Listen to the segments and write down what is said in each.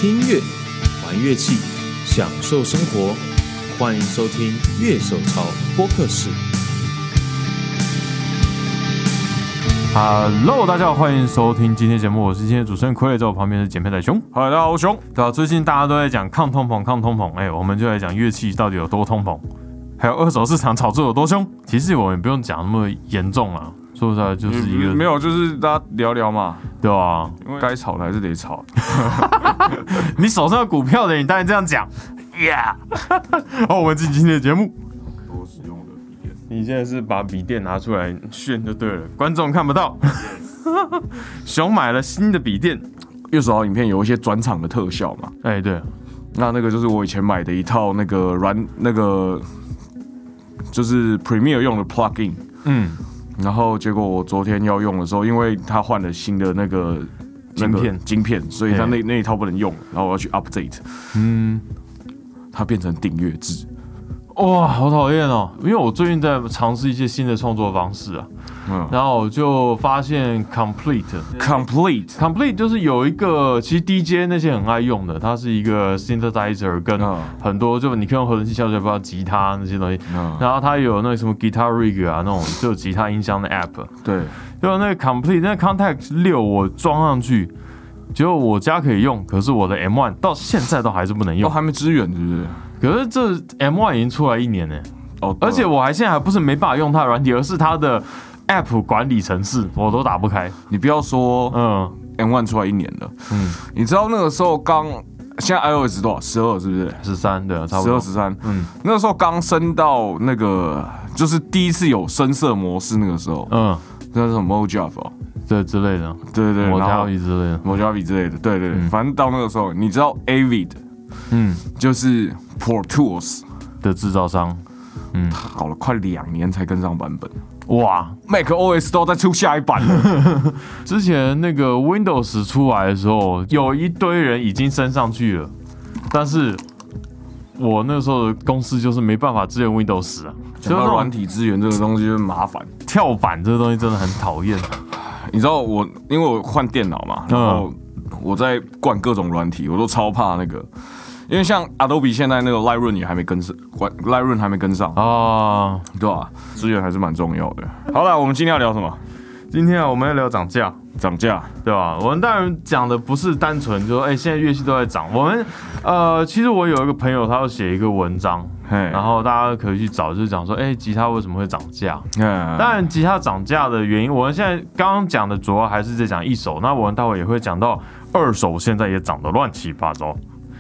听音乐，玩乐器，享受生活。欢迎收听乐手潮播客室。 Hello， 大家好，欢迎收听今天节目，我是今天的主持人傀儡，在我旁边是剪片仔熊。Hello， 大家好，我熊。对啊，最近大家都在讲抗通膨，我们就来讲乐器到底有多通膨，还有二手市场炒作有多凶。其实我们也不用讲那么严重啊，说出来就是一个没有，就是大家聊聊嘛， 对啊， 因为该炒的还是得炒。 你手上有股票的，你当然这样讲。Yeah， 好，我们进今天的节目。 多使用的笔电， 你现在是把笔电拿出来炫就对了，观众看不到。熊买了新的笔电， 乐手好影片有一些转场的特效嘛。 对， 那个就是我以前买的一套那个就是 Premiere 用的 plugin， 然后结果我昨天要用的时候，因为他换了新的那个晶片，所以他那一套不能用，然后我要去 update，它变成订阅制。 哇，好讨厌哦！因为我最近在尝试一些新的创作方式啊，然后我就发现 Complete 就是有一个，其实 DJ 那些很爱用的，它是一个 synthesizer 跟很多就你可以用合成器效果，包括吉他那些东西，然后它有那个什么 Guitar Rig 啊那种就有吉他音箱的 app， 对，就那个 Complete 那个 Contact 6我装上去。结果我家可以用，可是我的 M1 到现在都还是不能用， 还没支援是不是？ 可是这 M1 已经出来1年了，而且我现在还不是没办法用它的软体，而是它的 App 管理程式我都打不开。 你不要说，M1 出来1年了，你知道那个时候现在 iOS 多少？12是不是 ？13对，差不多 12、13。那个时候刚升到那个就是第一次有深色模式，那个时候，那是什么 Mojave 哦。 对之类的， 对， Mojave 之类的 ，Mojave 之类的，对，反正到那个时候，你知道 Avid，就是 Pro Tools 的制造商， 他搞了快2年才跟上版本， 哇 ，Mac OS 都在出下一版了。 之前那个 Windows 出来的时候，有一堆人已经升上去了，但是我那时候的公司就是没办法支援 Windows 啊， 讲到软体资源这个东西就麻烦， 跳板这个东西真的很讨厌。 你知道因为我换电脑嘛，然后我在灌各种软体，我都超怕那个，因为像 Adobe 现在那个 Lightroom 也还没跟上，Lightroom 还没跟上啊，对吧？资源还是蛮重要的。好了，我们今天要聊什么？ 今天我们要聊涨价，对吧？我们当然讲的不是单纯就说，现在乐器都在涨。我们其实我有一个朋友，他要写一个文章，然后大家可以去找，就是讲说，吉他为什么会涨价？当然，吉他涨价的原因，我们现在刚刚讲的主要还是在讲一手，那我们待会也会讲到二手，现在也涨得乱七八糟。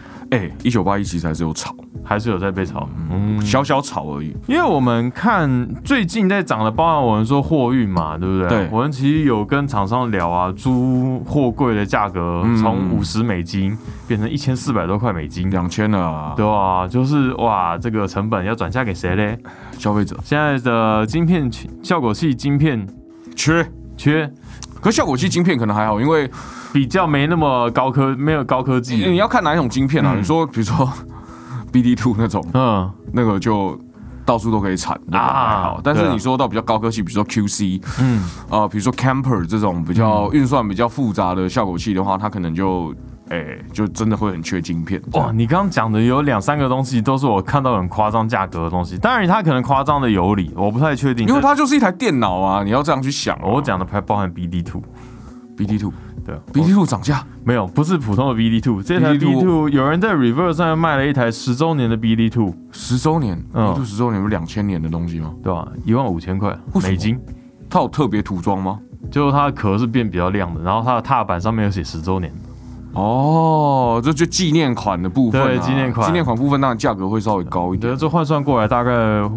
1981其实还是有炒， 还是有在被炒， 小小炒而已。因为我们看最近在涨的，包含我们说货运嘛，对不对？对，我们其实有跟厂商聊啊，租货柜的价格从$50变成1400多块美金 ，2000了啊， 对啊，就是哇，这个成本要转嫁给谁嘞？ 消费者。现在的晶片效果器晶片缺， 可效果器晶片可能还好，因为比较没那么没有高科技。 你要看哪一种晶片啊？你说比如说 BD2 那种，那个就到处都可以产，那个还好。但是你说到比较高科技，比如说 QC，比如说 Camper 这种比较运算比较复杂的效果器的话，它可能就真的会很缺晶片。 哇，你刚刚讲的有2-3个东西都是我看到很夸张价格的东西，当然它可能夸张的有理，我不太确定， 因为它就是一台电脑啊，你要这样去想。 我讲的还包含 BD2，对 ，BD2 涨价没有，不是普通的 BD2， 这台 BD2 有人在 Reverse 上面卖了一台10周年的 BD2， 10周年，BD2 10周年不是2000年的东西吗？ 对吧？15000块美金， 它有特别涂装吗？ 就它的壳是变比较亮的，然后它的踏板上面有写10周年。 这就纪念款的部分，对，纪念款部分当然价格会稍微高一点， 这换算过来大概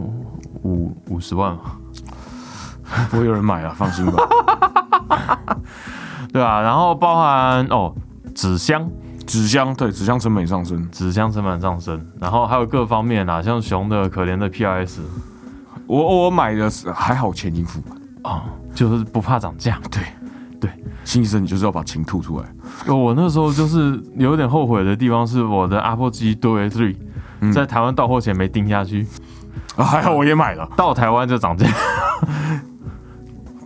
50万， 不会有人买啊，放心吧。 对啊，然后包含纸箱， 对，纸箱成本上升， 然后还有各方面啦，像熊的可怜的 PRS， 我买的还好，钱已经付了就是不怕涨价， 对。新医生，你就是要把钱吐出来。 我那时候就是有点后悔的地方，是我的 Apple G 2A3在台湾到货前没订下去， 还好我也买了， 到台湾就涨价。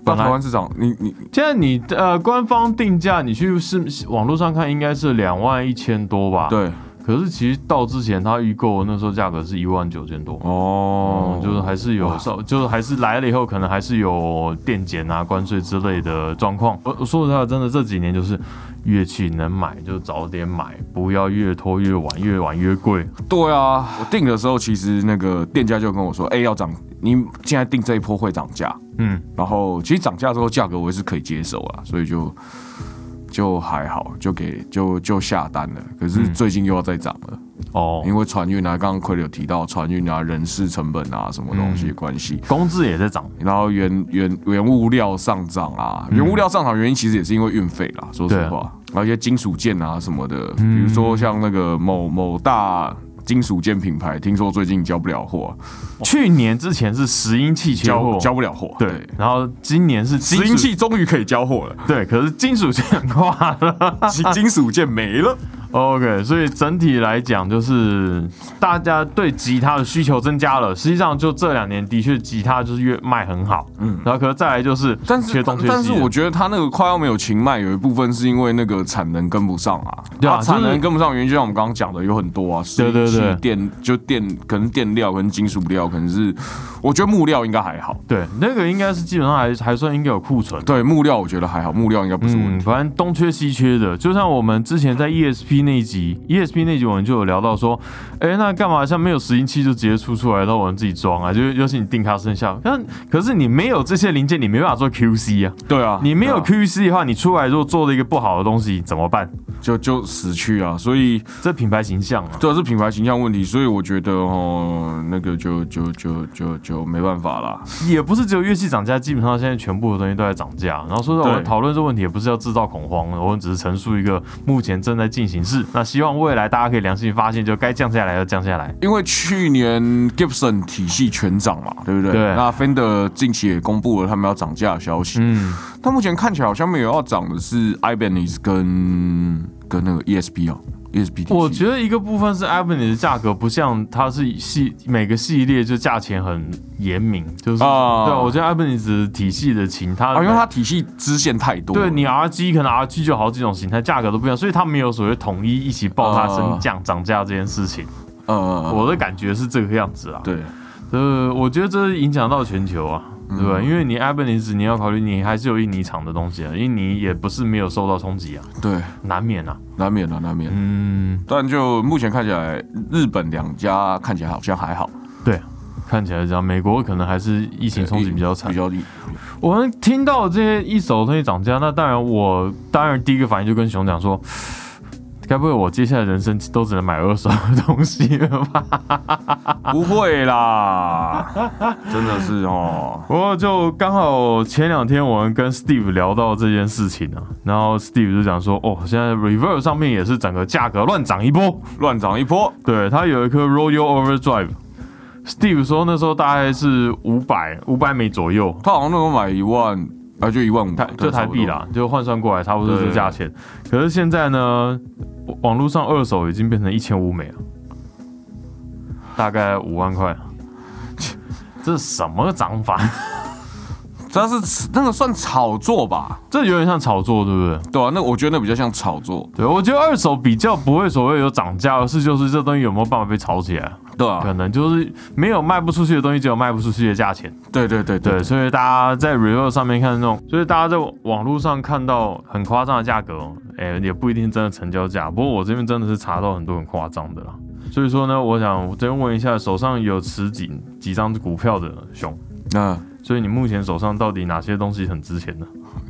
到台湾市场，你现在你官方定价，你去网络上看应该是21000多吧？ 对。 可是其实到之前他预购那时候价格是19000多哦， 就是还是有就是还是来了以后可能还是有电检啊、关税之类的状况。我说实话，真的这几年就是乐器能买就早点买，不要越拖越晚，越晚越贵。 对啊，我订的时候其实那个店家就跟我说，要涨，你现在订这一波会涨价，然后其实涨价之后价格我也是可以接受啦，所以就还好，就下单了。可是最近又要再涨了哦，因为船运啊，刚刚奎有提到船运啊、人事成本啊什么东西的关系， 工资也在涨， 然后原物料上涨啊，原物料上涨原因其实也是因为运费啦，说实话，然后一些金属件啊什么的，比如说像那个某大金属件品牌，听说最近交不了货。 去年之前是10英契缺货， 交不了货。 对，然后今年是 10英契终于可以交货了。 对，可是金属件挂了， 金属件没了。 OK， 所以整体来讲，就是大家对吉他的需求增加了。实际上，就这2年的确吉他就是越卖很好，然后可是再来就是缺东缺西。 但是我觉得他那个快要没有情卖，有一部分是因为那个产能跟不上啊。对啊，产能跟不上原因，就像我们刚刚讲的，有很多啊。 对， 电可能电料，可能金属料，可能是我觉得木料应该还好。 对，那个应该是基本上还算应该有库存。 对，木料我觉得还好，木料应该不是问题。 反正东缺西缺的，就像我们之前在 ESP 那一集我们就有聊到说，那干嘛像没有10英契就直接出来，然后我们自己装啊？尤其你定卡生效，可是你没有这些零件，你没办法做 QC 啊。 对啊， 你没有 QC 的话，你出来如果做了一个不好的东西怎么办？ 就死去啊！所以这品牌形象啊， 对，是品牌形象问题。所以我觉得那个就没办法啦。 也不是只有乐器涨价，基本上现在全部的东西都在涨价。然后说实话，我讨论这个问题也不是要制造恐慌，我们只是陈述一个目前正在进行式。那希望未来大家可以良心发现，就该降下来就降下来。 因为去年 Gibson 体系全涨嘛，对不对？ 对。 那 Fender 近期也公布了他们要涨价的消息。但目前看起来好像没有要涨的是 Ibanez 跟那个 ESP 啊。 我觉得一个部分是 Ibanez 的价格不像它是每个系列就价钱很严明，就是对，我觉得 Ibanez 体系的琴它因为它体系支线太多， 对你 RG 可能 RG 就有好几种形态，价格都不一样，所以它没有所谓统一一起报它升降涨价这件事情。我的感觉是这个样子啊。 对， 我觉得这影响到全球啊。对吧？因为你 Ibanez 你要考虑，你还是有印尼厂的东西啊，印尼也不是没有受到冲击啊。 对， 难免啊。 但就目前看起来，日本2家看起来好像还好。 对，看起来这样，美国可能还是疫情冲击比较惨。我们听到这些一手的东西涨价，那当然第一个反应就跟熊讲说，该不会我接下来人生都只能买2手的东西了吧？ 不会啦，真的是哦。 不过就刚好前2天我们跟 Steve 聊到这件事情啊，然后 Steve 就讲说，现在 Reverb 上面也是整个价格乱涨一波。对，他有一颗 Royal Overdrive。Steve 说那时候大概是500美左右， 他好像那时候买1万。就15000， 就台币啦，就换算过来差不多是这价钱。可是现在呢，网络上2手已经变成1500美了，大概5万块。这是什么涨法？ 这是那个算炒作吧？ 这有点像炒作，对不对？ 对啊，那我觉得那比较像炒作。 对，我觉得2手比较不会所谓有涨价，而是就是这东西有没有办法被炒起来。 对啊， 可能就是没有卖不出去的东西，只有卖不出去的价钱。 对， 所以大家在 Reverb 上面看那种，所以大家在网络上看到很夸张的价格，也不一定真的成交价。不过我这边真的是查到很多很夸张的啦。所以说呢，我想这边问一下，手上有持几张股票的熊，所以你目前手上到底哪些东西很值钱呢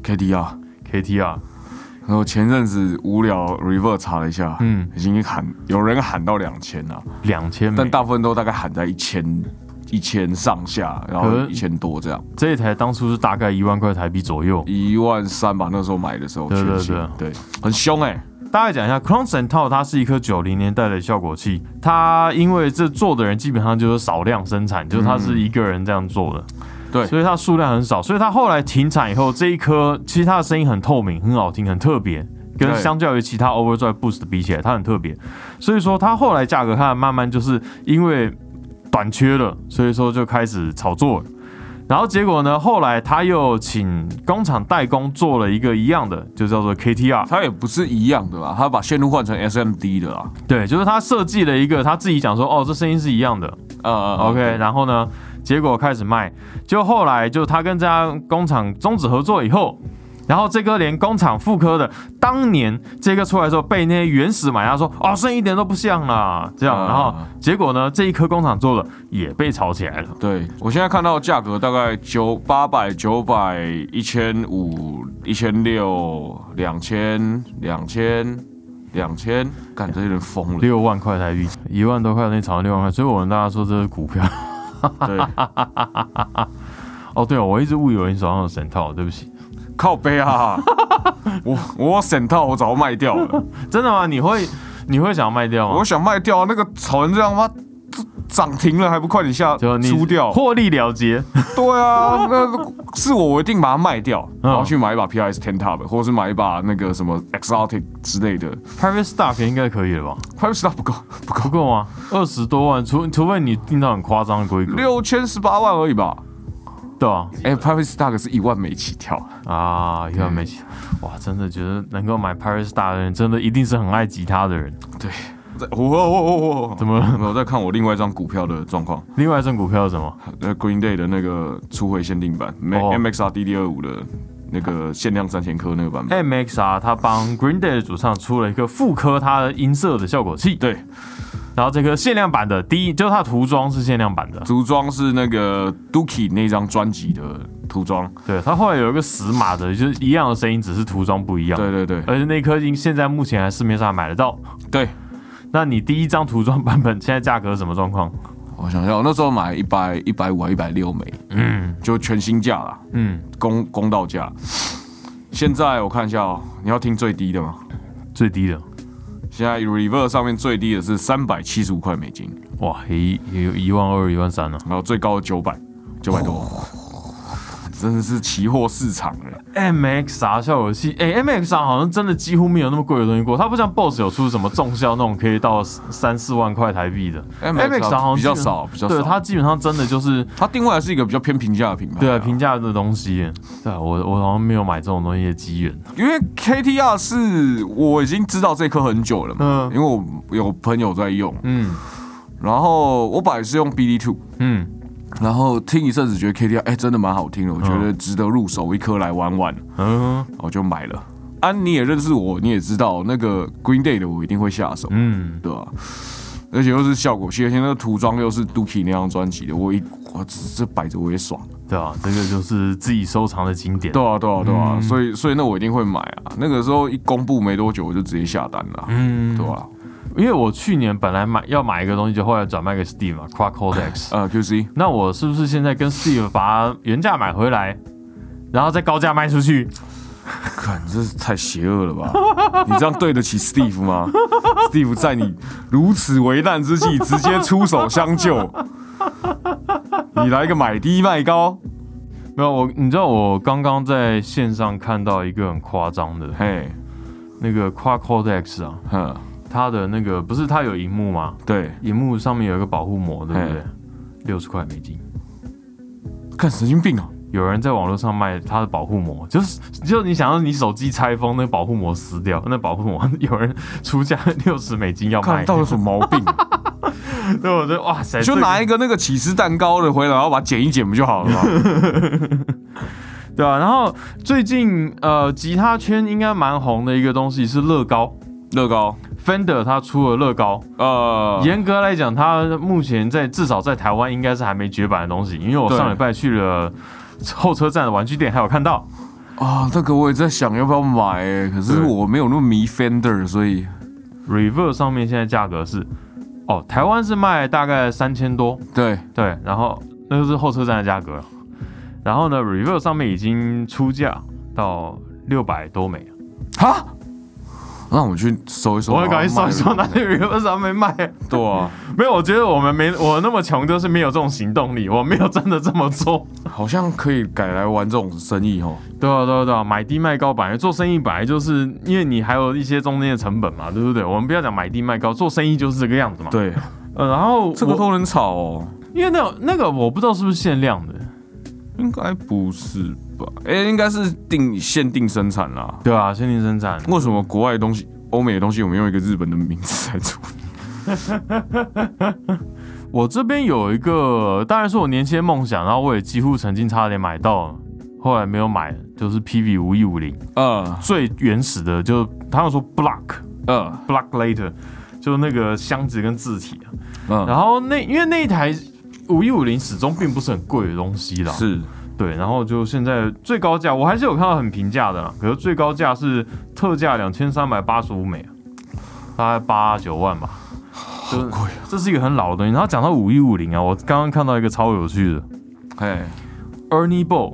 ？KTR。 然后前阵子无聊 Reverb 查了一下，已经有人喊到2000了 ，2000， 但大部分都大概喊在1000上下，然后1000多这样。 这一台当初是大概1万块台币左右 ，13000吧，那时候买的时候，对，很凶大概讲一下 ，Clone Centaur 它是一颗90年代的效果器，它因为这做的人基本上就是少量生产，就是它是一个人这样做的。 对， 所以它数量很少，所以它后来停产以后，这一颗其实它的声音很透明、很好听、很特别，跟相较于其他 Overdrive Boost 比起来，它很特别。所以说它后来价格它慢慢就是因为短缺了，所以说就开始炒作了。 然后结果呢，后来他又请工厂代工做了一个一样的，就叫做 KTR。 他也不是一样的啦，他把线路换成 SMD 的啦。 对，就是他设计了一个，他自己讲说，哦，这声音是一样的。OK， 然后呢，结果开始卖，就后来就他跟这家工厂终止合作以后。然后这个连工厂复刻的，当年这个出来的时候被那些原始买家说，哦，声音一点都不像啦，这样，然后结果呢，这一颗工厂做的也被炒起来了。 对，我现在看到价格大概800、900、1500、1600、2000，干这些人疯了 ，6万块台币，1万多块那炒6万块，所以我跟大家说这是股票。 对， 哦对哦，我一直误以为你手上有神套，对不起。 靠背啊！我省套我早就卖掉了。 真的吗？你会想要卖掉吗？ 我想卖掉啊！那个炒成这样吗？涨停了还不快点出掉， 获利了结。 对啊，那是我一定把它卖掉，然后去买一把 PRS 10 Top， 或者是买一把那个什么 Exotic 之类的。 Private Stock 应该可以了吧 ？Private Stock 不够吗？20多万，除非你定到很夸张的规格 ，6000、18万而已吧。 对啊 ，Private Stock 是1万美起跳啊，1万美起，哇，真的觉得能够买 Private Stock 的人，真的一定是很爱吉他的人。 对， 怎么了？ 我在看我另外一张股票的状况。 另外一张股票是什么 ？Green Day 的那个初回限定版，MXR DD25的那个限量3000颗那个版本。 MXR 他帮 Green Day 的主唱出了一个复刻它的音色的效果器。 对。 然后这个限量版的就是它的涂装是限量版的， 涂装是那个 Dookie 那张专辑的涂装。 对，它后来有一个死码的，就是一样的声音，只是涂装不一样。 对，而且那颗音现在目前还市面上买得到。 对， 那你第一张涂装版本现在价格是什么状况？ 我想想，我那时候买150还160美，就全新价啦，公道价。现在我看一下哦，你要听最低的吗？ 最低的。 现在 Reverb 上面最低的是375块美金， 哇，也有12000、13000了。 然后最高的900多，真的是期货市场了。 MXR 效果器，MXR 好像真的几乎没有那么贵的东西过，它不像 BOSS 有出什么重效那种可以到3、4万块台币的 ，MXR 好像比较少。 对，它基本上真的就是它定位还是一个比较偏平价的品牌。 对啊，平价的东西。对啊，我好像没有买这种东西的机缘， 因为 KTR 是我已经知道这颗很久了嘛，因为我有朋友在用，然后我本来是用 BD2，然后听一阵子觉得 KTR 真的蛮好听的，我觉得值得入手一颗来玩玩，我就买了。你也认识我，你也知道那个 Green Day 的我一定会下手，对吧？而且又是效果器，而且那个涂装又是 Dookie 那张专辑的，我这摆着我也爽， 对啊，这个就是自己收藏的经典， 对啊，所以那我一定会买啊。那个时候一公布没多久，我就直接下单了，对吧？ 因为我去年本来要买一个东西，就后来转卖给 Steve 嘛 ，Quad Codex， QC。 那我是不是现在跟 Steve 把它原价买回来，然后再高价卖出去？ 看，这是太邪恶了吧！你这样对得起 Steve 吗 ？Steve 在你如此危难之际直接出手相救，你来个买低卖高？ 没有你知道我刚刚在线上看到一个很夸张的，那个 Quad Codex 啊，它的那个不是它有萤幕吗？ 对， 萤幕上面有一个保护膜，对不对？60块美金， 看神经病啊！ 有人在网络上卖它的保护膜，就你想要你手机拆封，那保护膜撕掉，那保护膜有人出价60美金要卖， 看到有什么毛病？ 对，我觉得哇塞， 就拿一个那个起司蛋糕的回来，然后把它剪一剪不就好了吗？ 对啊，然后最近吉他圈应该蛮红的一个东西是乐高 Fender 它出了乐高，严格来讲，它目前至少在台湾应该是还没绝版的东西，因为我上礼拜去了后车站的玩具店，还有看到这个我也在想要不要买，可是我没有那么迷 Fender， 所以 Reverb 上面现在价格是台湾是卖大概3000多，对，然后那个是后车站的价格，然后呢 Reverb 上面已经出价到600多美了， 哈。让我去搜一搜， 我赶紧搜一搜，哪里 Reverb 上面卖？ 对啊， 没有，我觉得我那么穷，就是没有这种行动力，我没有真的这么做。 好像可以改来玩这种生意哦。 对啊，买低卖高，本来做生意本来就是因为你还有一些中间的成本嘛，对不对？我们不要讲买低卖高，做生意就是这个样子嘛。 对， 然后这个都能炒哦， 因为那个我不知道是不是限量的。 应该不是吧？应该是限定生产啦。 对啊，限定生产。 为什么国外的东西、欧美的东西，我们用一个日本的名字来做？ 我这边有一个，当然是我年轻的梦想，然后我也几乎曾经差点买到了，后来没有买，就是 PV5150，最原始的，就他们说 Block Later， 就那个箱子跟字体啊，然后因为那一台5150始终并不是很贵的东西啦， 是。 对，然后就现在最高价，我还是有看到很平价的啦，可是最高价是特价2385美，大概8、9万吧。 好贵啊！ 这是一个很老的东西。然后讲到5150啊，我刚刚看到一个超有趣的，Ernie Ball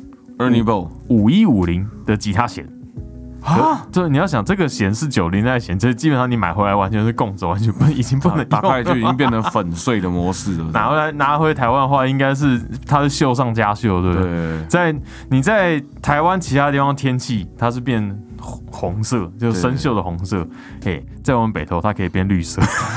5150的吉他弦啊，这你要想，这个弦是90年代弦，这基本上你买回来完全是供着，完全已经不能用了， 打开就已经变成粉碎的模式了。 拿回台湾的话，应该是它是秀上加秀，对不对？你在台湾其他地方天气，它是变红色，就是生锈的红色。在我们北投，它可以变绿色，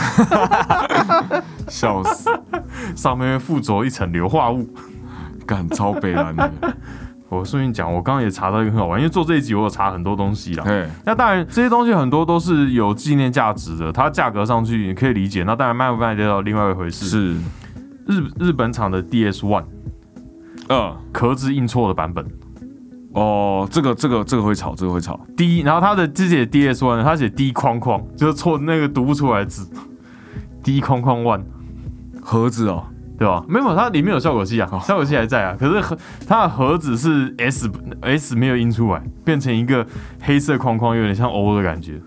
笑死！ 上面会附着一层硫化物， 干超北蓝的。 我顺便讲，我刚刚也查到一个很好玩，因为做这一集我有查很多东西啦。那当然这些东西很多都是有纪念价值的，它价格上去你可以理解。那当然卖不卖得到另外一回事。 是日本厂的 DS1，壳子印错的版本。 哦，这个会吵， D， 然后他的自己的 DS1， 他写 D 框框，就是错那个读不出来的字 ，D 框框 one 盒子哦， 对吧？没有，它里面有效果器啊，效果器还在啊，可是它的盒子是 S 没有印出来，变成一个黑色框框，有点像 O 的感觉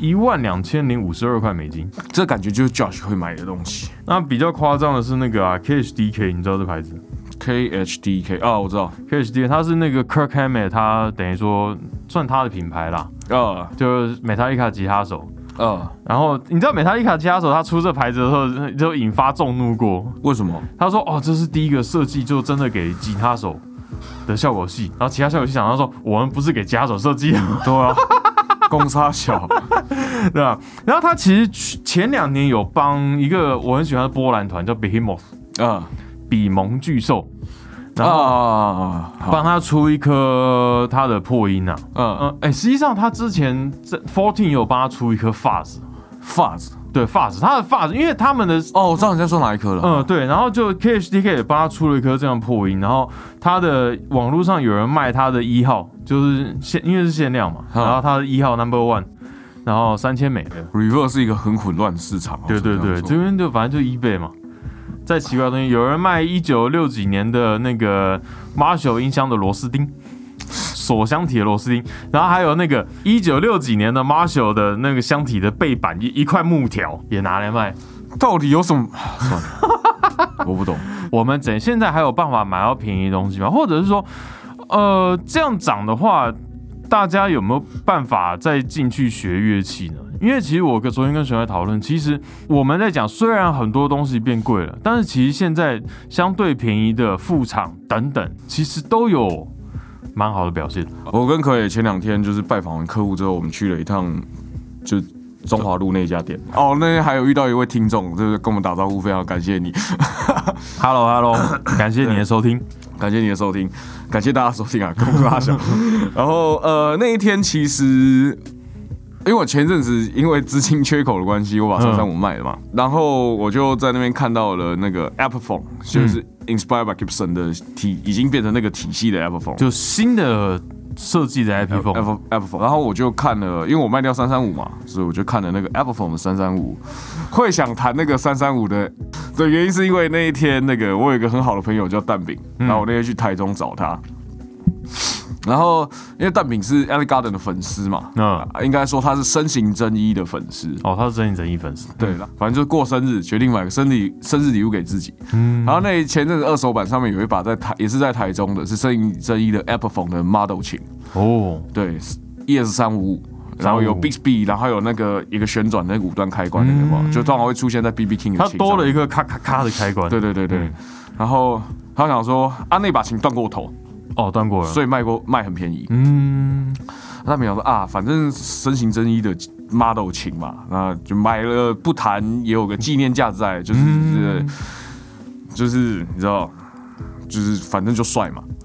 ，12052块美金， 这感觉就是 Josh 会买的东西。 那比较夸张的是那个KHDK， 你知道这牌子 ？KHDK 啊，我知道 KHDK， 它是那个 Kirk Hammett， 他等于说算他的品牌啦，就是美塔利卡吉他手，然后你知道美塔利卡吉他手他出这牌子的时候就引发众怒过， 为什么？ 他说这是第一个设计就真的给吉他手的效果器，然后其他效果器厂商说我们不是给吉他手设计的， 对啊，公差小， 对吧？然后他其实前2年有帮一个我很喜欢的波兰团叫 Behemoth，比蒙巨兽，然后帮他出一颗他的破音啊，实际上他之前在 14有帮他出一颗 Fuzz， 对 Fuzz， 他的 Fuzz， 因为他们的我知道你在说哪一颗了， 对，然后就 KHDK 也帮他出了一颗这样破音，然后他的网络上有人卖他的1号，就是因为是限量嘛，然后他的1号 No.1， 然后3000美 ，Reverb 是一个很混乱的市场， 对，这边就反正就 eBay 嘛。再奇怪的东西，有人卖1960几年的那个 Marshall 音箱的螺丝钉，锁箱体的螺丝钉，然后还有那个1960几年的 Marshall 的那个箱体的背板，一块木条也拿来卖， 到底有什么？算了，我不懂。 我们现在还有办法买到便宜的东西吗？或者是说，这样涨的话，大家有没有办法再进去学乐器呢？因为其实我昨天跟熊在讨论，其实我们在讲，虽然很多东西变贵了，但是其实现在相对便宜的副厂等等，其实都有蛮好的表现。 我跟可野前2天就是拜访完客户之后，我们去了一趟就中华路那家店。那天还有遇到一位听众，就是跟我们打招呼，非常感谢你。 Hello， 感谢你的收听。 感谢你的收听，感谢大家收听啊，跟大家然后那一天其实。因为我前阵子因为资金缺口的关系，我把335卖了嘛，然后我就在那边看到了那个 Epiphone， 就是 Inspired by Gibson 的已经变成那个体系的 Epiphone， 就新的设计的 Epiphone， 然后我就看了，因为我卖掉335嘛，所以我就看了那个 Epiphone 的335。会想谈那个335的原因是因为那一天我有一个很好的朋友叫蛋饼，然后我那天去台中找他。然后，因为蛋饼是 Ellie Gordon 的粉丝嘛，应该说他是深行真一的粉丝。 他是深行真一粉丝。 对了，反正就是过生日，决定买个生日礼物给自己。然后那前阵子二手版上面有一把也是在台中的，是深行真一的 Epiphone 的 Model 琴。对 ，ES355，然后有 Bixby， 然后有一个旋转的5段开关就通常会出现在 BB King 的琴上。 它多了一个咔咔咔的开关。 对。然后他想说那把琴断过头。 断过了， 所以卖很便宜。他没想说反正深行真一的 Model 琴嘛，那就买了不谈也有个纪念价值在，就是你知道，就是反正就帅嘛。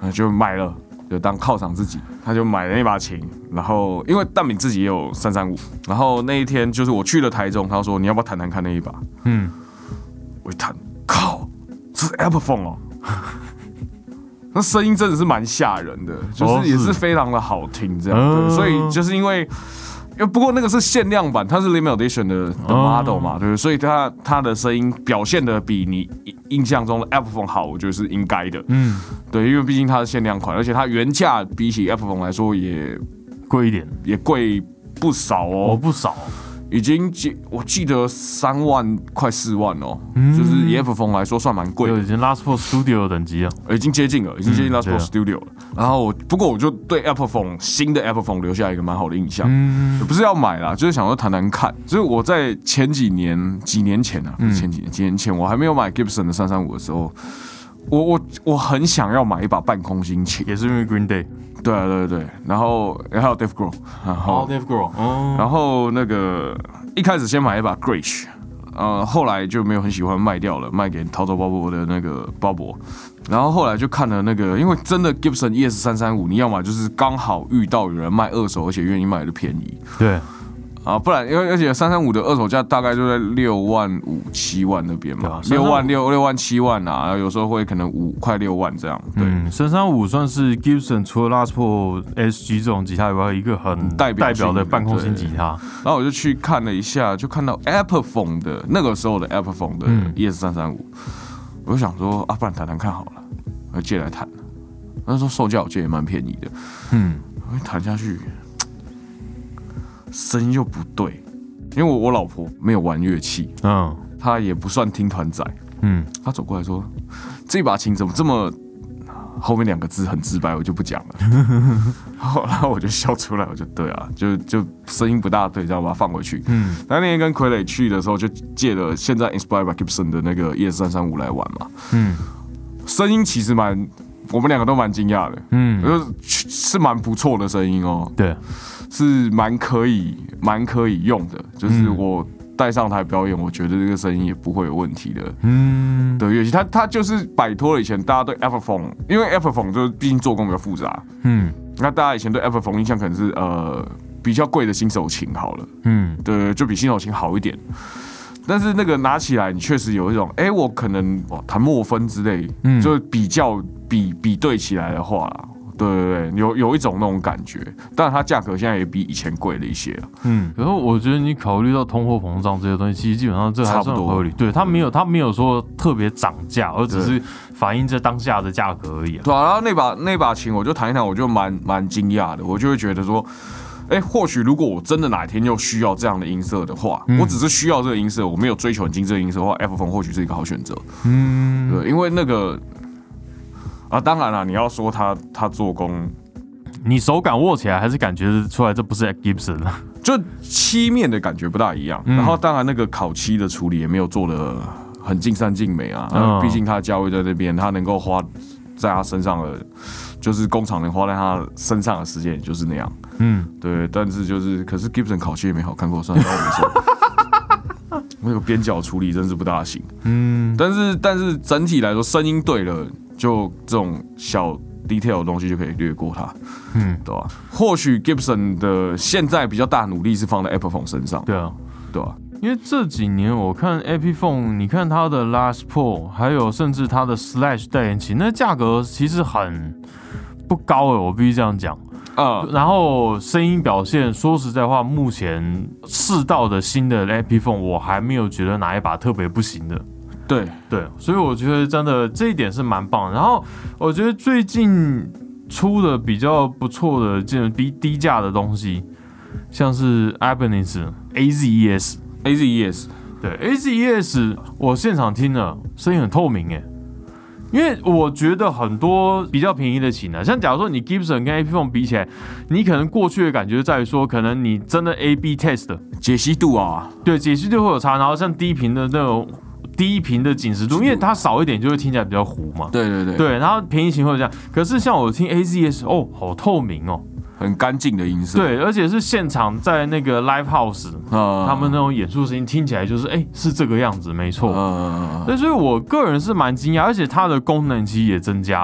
就买了，就当犒赏自己，他就买了那把琴，然后因为蛋饼自己也有335，然后那一天就是我去了台中，他说你要不要弹弹看那一把？我一弹，靠，这是 Epiphone 哦。那声音真的是蛮吓人的，就是也是非常的好听，这样。所以就是因为不过那个是限量版，它是 limited edition 的 model 嘛，对不对？所以它的声音表现的比你印象中的 Epiphone 好，我觉得是应该的。对，因为毕竟它是限量款，而且它原价比起 Epiphone 来说也贵一点， 也贵不少哦， 不少。 已经我记得3万快4万哦，就是以 Epiphone 来说算蛮贵的， 已经 Les Paul Studio 的等级了， 已经接近 Les Paul Studio 了。然后不过我就对 Epiphone 新的 Epiphone 留下一个蛮好的印象，也不是要买啦，就是想说谈谈看。就是我在几年前啊，不是几年前我还没有买 Gibson 的335的时候，我很想要买一把半空心琴， 也是因为 Green Day。 对，然后还有 Dave Grohl， Dave Grohl， 然后那个一开始先买一把 Gretsch， 后来就没有很喜欢，卖掉了，卖给逃走鲍勃的那个鲍勃。然后后来就看了那个，因为真的 Gibson ES335，你要么就是刚好遇到有人卖二手，而且愿意卖的便宜。 对。 不然因为而且335的二手价大概就在6万5、7万那边嘛，6万7万啊，然后有时候会可能快6万这样。对 ，335算是 Gibson 除了 Les Paul SG 这种吉他以外一个很代表的半空心吉他。 然后我就去看了一下，就看到 Epiphone 的那个时候的 Epiphone 的 ES335，我就想说不然弹弹看好了，我借来弹。那时候售价我记得也蛮便宜的，我弹下去。声音就不对，因为我老婆没有玩乐器，她也不算听团仔，她走过来说：“这把琴怎么这么……”后面2个字很直白，我就不讲了。然后我就笑出来，我就对啊，就声音不大对，这样把它放回去。那天跟傀儡去的时候，就借了现在 Inspired by Gibson 的那个 ES335来玩嘛。声音其实我们2个都蛮惊讶的，是蛮不错的声音哦。 对。 是蛮可以用的，就是我带上台表演，我觉得这个声音也不会有问题的。的乐器，它就是摆脱了以前大家对 Epiphone， 因为 Epiphone 就是毕竟做工比较复杂。那大家以前对 Epiphone 印象可能是比较贵的新手琴好了。对，就比新手琴好一点。但是那个拿起来，你确实有一种，我可能弹莫芬之类，就比较比对起来的话啦。对，有一种那种感觉，当然它价格现在也比以前贵了一些了。 可是我觉得你考虑到通货膨胀这些东西，其实基本上这还算合理。对，它没有说特别涨价，而只是反映这当下的价格而已。 对啊，然后那把琴我就弹一弹，我就蛮惊讶的，我就会觉得说，或许如果我真的哪一天又需要这样的音色的话，我只是需要这个音色，我没有追求很精致的音色的话 ，Epiphone 或许是一个好选择。对，因为那个。当然了，你要说他做工， 你手感握起来还是感觉出来这不是 Gibson 了， 就漆面的感觉不大一样。然后当然那个烤漆的处理也没有做得很尽善尽美啊。毕竟他的价位在那边，他能够花在他身上的，就是工厂能花在他身上的时间也就是那样。对，但是可是 Gibson 烤漆也没好看过，算了，我没说。那个边角处理真是不大行。但是整体来说，声音对了。就这种小 detail 的东西就可以略过它，对吧？或许 Gibson 的现在比较大努力是放在 Epiphone 身上， 对啊， 对吧？ 因为这几年我看 Epiphone， 你看它的 Les Paul， 还有甚至它的 Slash 代言琴，那价格其实很不高我必须这样讲。然后声音表现，说实在话，目前试到的新的 Epiphone， 我还没有觉得哪一把特别不行的。 对， 所以我觉得真的这一点是蛮棒的。然后我觉得最近出的比较不错的这种低价的东西，像是 Ibanez AZES， 对 AZES， 我现场听了声音很透明因为我觉得很多比较便宜的琴像假如说你 Gibson 跟 Epiphone 比起来，你可能过去的感觉在于说，可能你真的 A/B test 的解析度啊， 对，解析度会有差，然后像低频的那种。低频的紧实度，因为它少一点就会听起来比较糊嘛。对，然后便宜琴会这样。可是像我听 AZS， 好透明很干净的音色。 对，而且是现场在那个 live house，他们那种演出声音听起来就是是这个样子，没错。所以我个人是蛮惊讶，而且它的功能其实也增加了。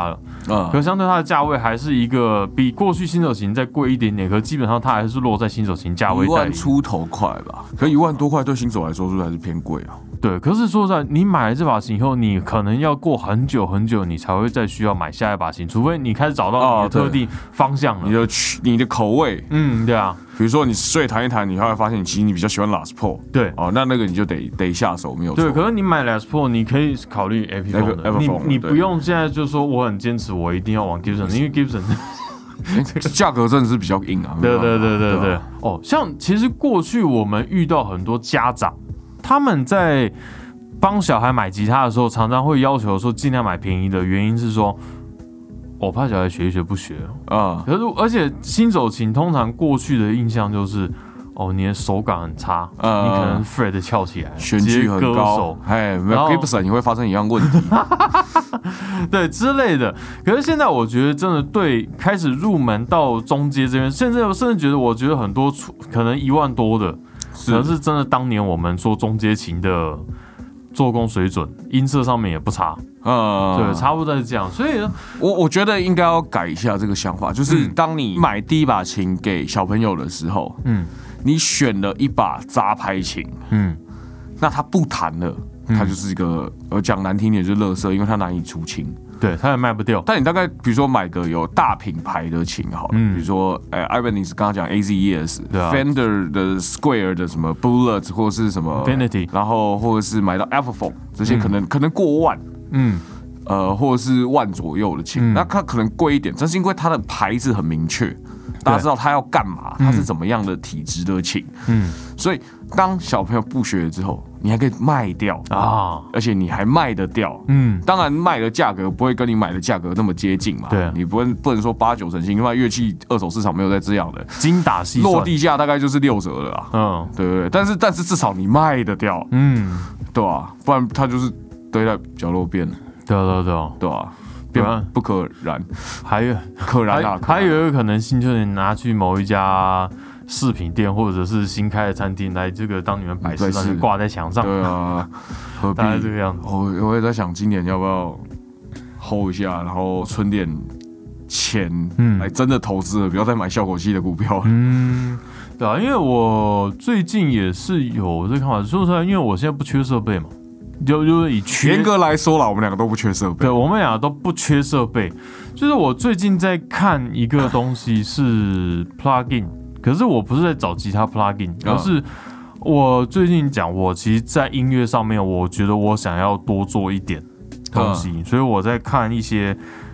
可是相对它的价位还是一个比过去新手型再贵一点点，可是基本上它还是落在新手型价位带。 1万出头块吧，可1万多块对新手来说是不是还是偏贵啊？ 对，可是说实在，你买了这把琴以后，你可能要过很久很久，你才会再需要买下一把琴，除非你开始找到你的特定方向了， 你的口味， 对啊。 比如说你睡弹一弹，你会发现其实你比较喜欢 Les Paul， 对， 那个你就得下手，没有错。 对，可是你买 Les Paul， 你可以考虑 Epiphone 的，你不用现在就说我很坚持，我一定要往 Gibson， 因为 Gibson 价格真的是比较硬啊。 对。像其实过去我们遇到很多家长，他们在帮小孩买吉他的时候，常常会要求说尽量买便宜的，原因是说，我怕小孩学一学不学可是而且新手琴通常过去的印象就是，你的手感很差，你可能 fret 翘起来， 旋距很高，没有 Gibson 也会发生一样问题， 对之类的。可是现在我觉得真的对开始入门到中阶这边，甚至觉得我觉得很多可能1万多的，可能是真的当年我们做中阶琴的做工水准，音色上面也不差。对，差不多是这样，所以我觉得应该要改一下这个想法，就是当你买第一把琴给小朋友的时候，你选了一把杂牌琴，那他不弹了，他就是一个讲难听点就是垃圾，因为他难以出清， 对，他也卖不掉。 但你大概比如说买个有大品牌的琴好了，比如说Ibanez 刚刚讲 AZES、Fender 的 Square 的什么 Bullet 或者是什么 Infinity， 然后或者是买到 Epiphone 这些可能过万。或者是万左右的琴，那它可能贵一点，正是因为它的牌子很明确，大家知道它要干嘛，它是怎么样的体质的琴，所以当小朋友不学了之后，你还可以卖掉而且你还卖得掉，当然卖的价格不会跟你买的价格那么接近嘛， 对， 你不能说8、9成新，因为乐器二手市场没有在这样的， 精打细算， 落地价大概就是6折了啊，对，但是至少你卖得掉，对吧？不然它就是堆在角落边。对啊，不可燃， 还有一个可能性就是你拿去某一家饰品店或者是新开的餐厅来这个当你们摆饰，就挂在墙上。 对啊，何必大概这个样子。 我也在想今年要不要 hold 一下，然后存点钱来真的投资了，不要再买效果器的股票了。 对啊，因为我最近也是有这个看法，说出来，因为我现在不缺设备嘛。就是以严格来说啦，我们两个都不缺设备。 对，我们两个都不缺设备。就是我最近在看一个东西是 plugin， 可是我不是在找吉他 plugin， 而是我最近讲，我其实在音乐上面，我觉得我想要多做一点东西，所以我在看一些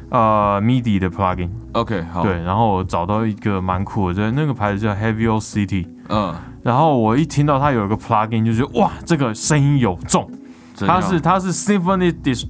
MIDI 的 plugin。OK， 好。对，然后我找到一个蛮酷的，那个牌子叫 Heavy Old City。然后我一听到它有一个 plugin， 就觉得哇，这个声音有重。它是 Symphony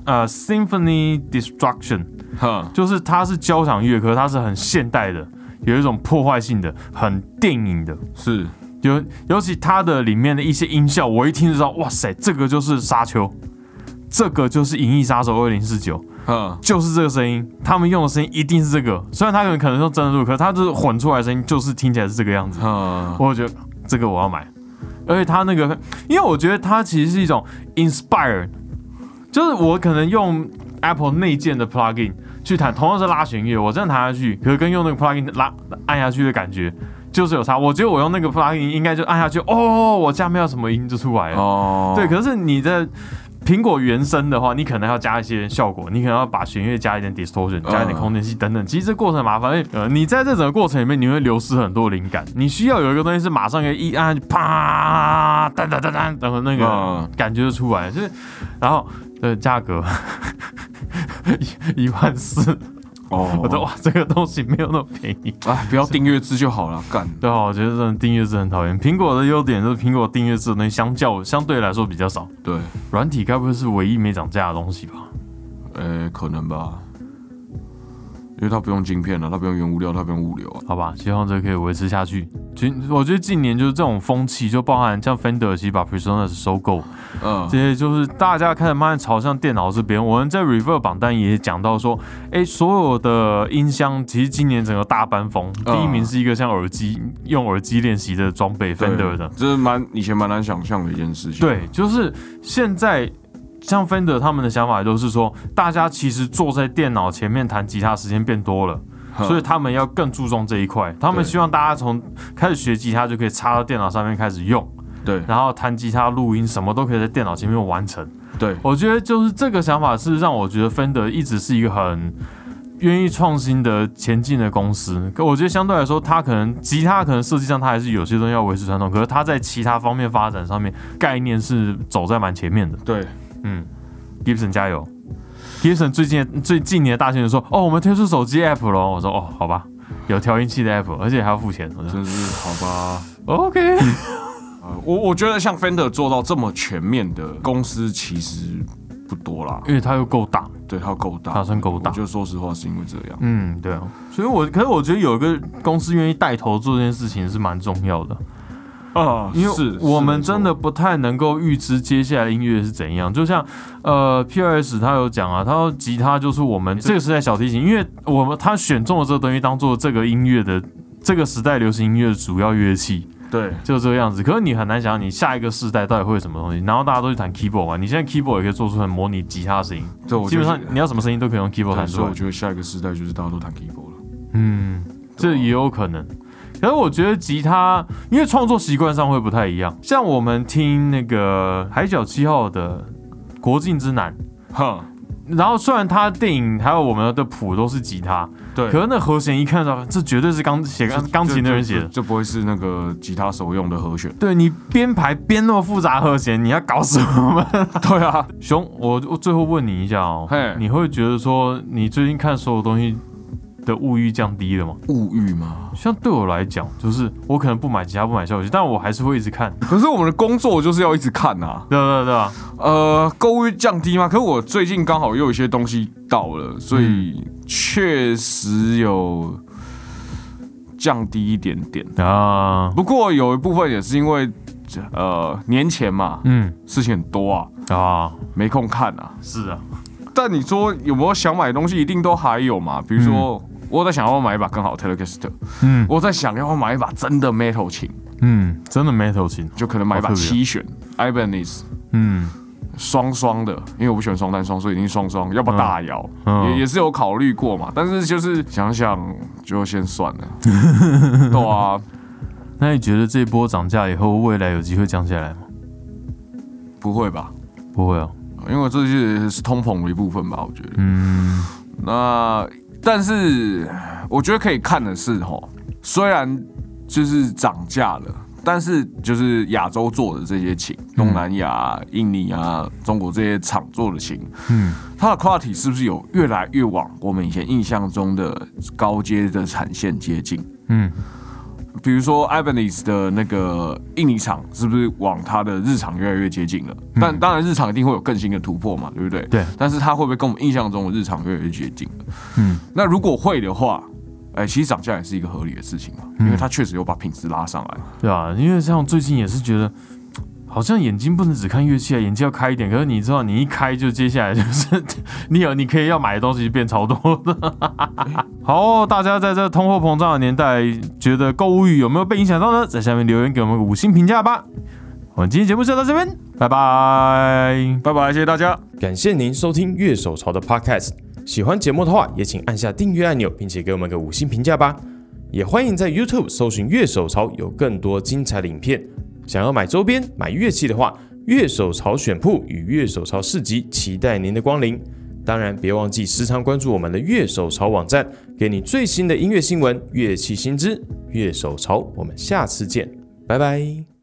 Destruction， 就是它是交响乐，可是它是很现代的，有一种破坏性的，很电影的， 是尤其它的里面的一些音效，我一听就知道，哇塞，这个就是沙丘，这个就是《银翼杀手2049》，就是这个声音，他们用的声音一定是这个，虽然他们可能说真的录，可是他就是混出来的声音就是听起来是这个样子，我觉得这个我要买。而且它那个，因为我觉得它其实是一种 inspire， 就是我可能用 Apple 内建的 plugin 去弹，同样是拉弦乐，我这样弹下去，可是跟用那个 plugin 按下去的感觉就是有差。我觉得我用那个 plugin 应该就按下去，我下面要什么音就出来了。对，可是你的苹果原生的话，你可能要加一些效果，你可能要把弦乐加一点 distortion， 加一点空间系等等。其实这过程很麻烦，你在这整个过程里面，你会流失很多灵感。你需要有一个东西是马上可以一按下去，啪，哒哒哒哒，然后那个感觉就出来。就是，然后价格14000。我说哇，这个东西没有那么便宜， 不要订阅制就好了，干。 对啊，我觉得这种订阅制很讨厌。苹果的优点就是苹果订阅制的东西相对来说比较少。 对， 软体该不会是唯一没涨价的东西吧？ 可能吧，因为它不用晶片了，它不用原物料，它不用物流。 好吧，希望这可以维持下去。我觉得近年就是这种风气，就包含像 Fender 其实把 PreSonus 收购，这些就是大家开始慢慢朝向电脑这边。我们在 Reverb 榜单也讲到说，所有的音箱其实今年整个大搬风，第一名是一个像用耳机练习的装备 Fender 的， 这是以前蛮难想象的一件事情。 对，就是现在像 Fender 他们的想法都是说，大家其实坐在电脑前面弹吉他时间变多了。所以他们要更注重这一块，他们希望大家从开始学吉他就可以插到电脑上面开始用， 对， 然后弹吉他、录音什么都可以在电脑前面完成。 对， 我觉得就是这个想法是让我觉得 Fender 一直是一个很愿意创新的前进的公司。可我觉得相对来说，它可能吉他可能设计上它还是有些东西要维持传统，可是它在其他方面发展上面概念是走在蛮前面的。 对 ，Gibson 加油。Gibson 最近年的大新闻说，我们推出手机 app 了。我说好吧，有调音器的 app， 而且还要付钱。 真是好吧 ，OK。 我觉得像 Fender 做到这么全面的公司其实不多啦， 因为它又够大， 对，它够大， 它算够大。 我觉得说实话是因为这样。 对啊，所以可是我觉得有一个公司愿意带头做这件事情是蛮重要的。因为我们真的不太能够预知接下来的音乐是怎样。就像PRS 他有讲啊，他说吉他就是我们这个时代小提琴，因为他选中了这个东西当做这个音乐的这个时代流行音乐的主要乐器。 对， 就这个样子。可是你很难想象你下一个世代到底会有什么东西。然后大家都去弹 keyboard 嘛，你现在 keyboard 也可以做出很模拟吉他的声音。 对， 基本上你要什么声音都可以用 keyboard 弹出来。 所以我觉得下一个世代就是大家都弹 keyboard 了。 这也有可能。可是我觉得吉他，因为创作习惯上会不太一样。像我们听那个海角7号的《国境之南》，然后虽然他电影还有我们的谱都是吉他， 对， 可是那和弦一看到，这绝对是钢琴的人写的， 就不会是那个吉他手用的和弦。 对，你编排编那么复杂和弦，你要搞死我们？ 对啊， 熊，我最后问你一下你会觉得说你最近看所有东西的物欲降低了吗？ 物欲吗？ 像对我来讲，就是我可能不买吉他，不买效果器，但我还是会一直看。 可是我们的工作就是要一直看啊。 对啊。 购物欲降低吗？可是我最近刚好又有一些东西到了，所以确实有降低一点点啊。不过有一部分也是因为年前嘛，事情很多啊，没空看啊。 是啊。 但你说有没有想买的东西，一定都还有嘛？比如说，我在想要买一把更好的 Telecaster，我在想要买一把真的 Metal 琴， 真的 Metal 琴， 就可能买一把7弦 Ibanez，双的，因为我不喜欢双单双，所以一定双，要不大摇，也是有考虑过嘛。但是就是想想就先算了，对啊。 那你觉得这一波涨价以后，未来有机会降下来吗？ 不会吧？ 不会啊。 因为这是通膨的一部分吧，我觉得。那但是我觉得可以看的是虽然就是涨价了，但是就是亚洲做的这些琴，东南亚、印尼啊、中国这些厂做的琴，它的 quality 是不是有越来越往我们以前印象中的高阶的产线接近？比如说 Ibanez 的那个印尼厂是不是往它的日常越来越接近了？但当然日常一定会有更新的突破嘛，对不对？ 对。 但是它会不会跟我们印象中的日常越来越接近了？那如果会的话，其实涨价也是一个合理的事情嘛，因为它确实有把品质拉上来。 对啊，因为像最近也是觉得，好像眼睛不能只看乐器啊，眼睛要开一点。可是你知道，你一开就接下来就是你可以要买的东西变超多的。好，大家在这通货膨胀的年代，觉得购物欲有没有被影响到呢？在下面留言给我们5星评价吧。我们今天节目就到这边，拜拜， 拜拜，谢谢大家， 感谢您收听乐手潮的 Podcast。喜欢节目的话，也请按下订阅按钮，并且给我们个5星评价吧。也欢迎在 YouTube 搜寻乐手潮，有更多精彩的影片。想要买周边、买乐器的话，乐手潮选铺与乐手潮市集期待您的光临。当然，别忘记时常关注我们的乐手潮网站，给你最新的音乐新闻、乐器新知。乐手潮，我们下次见，拜拜。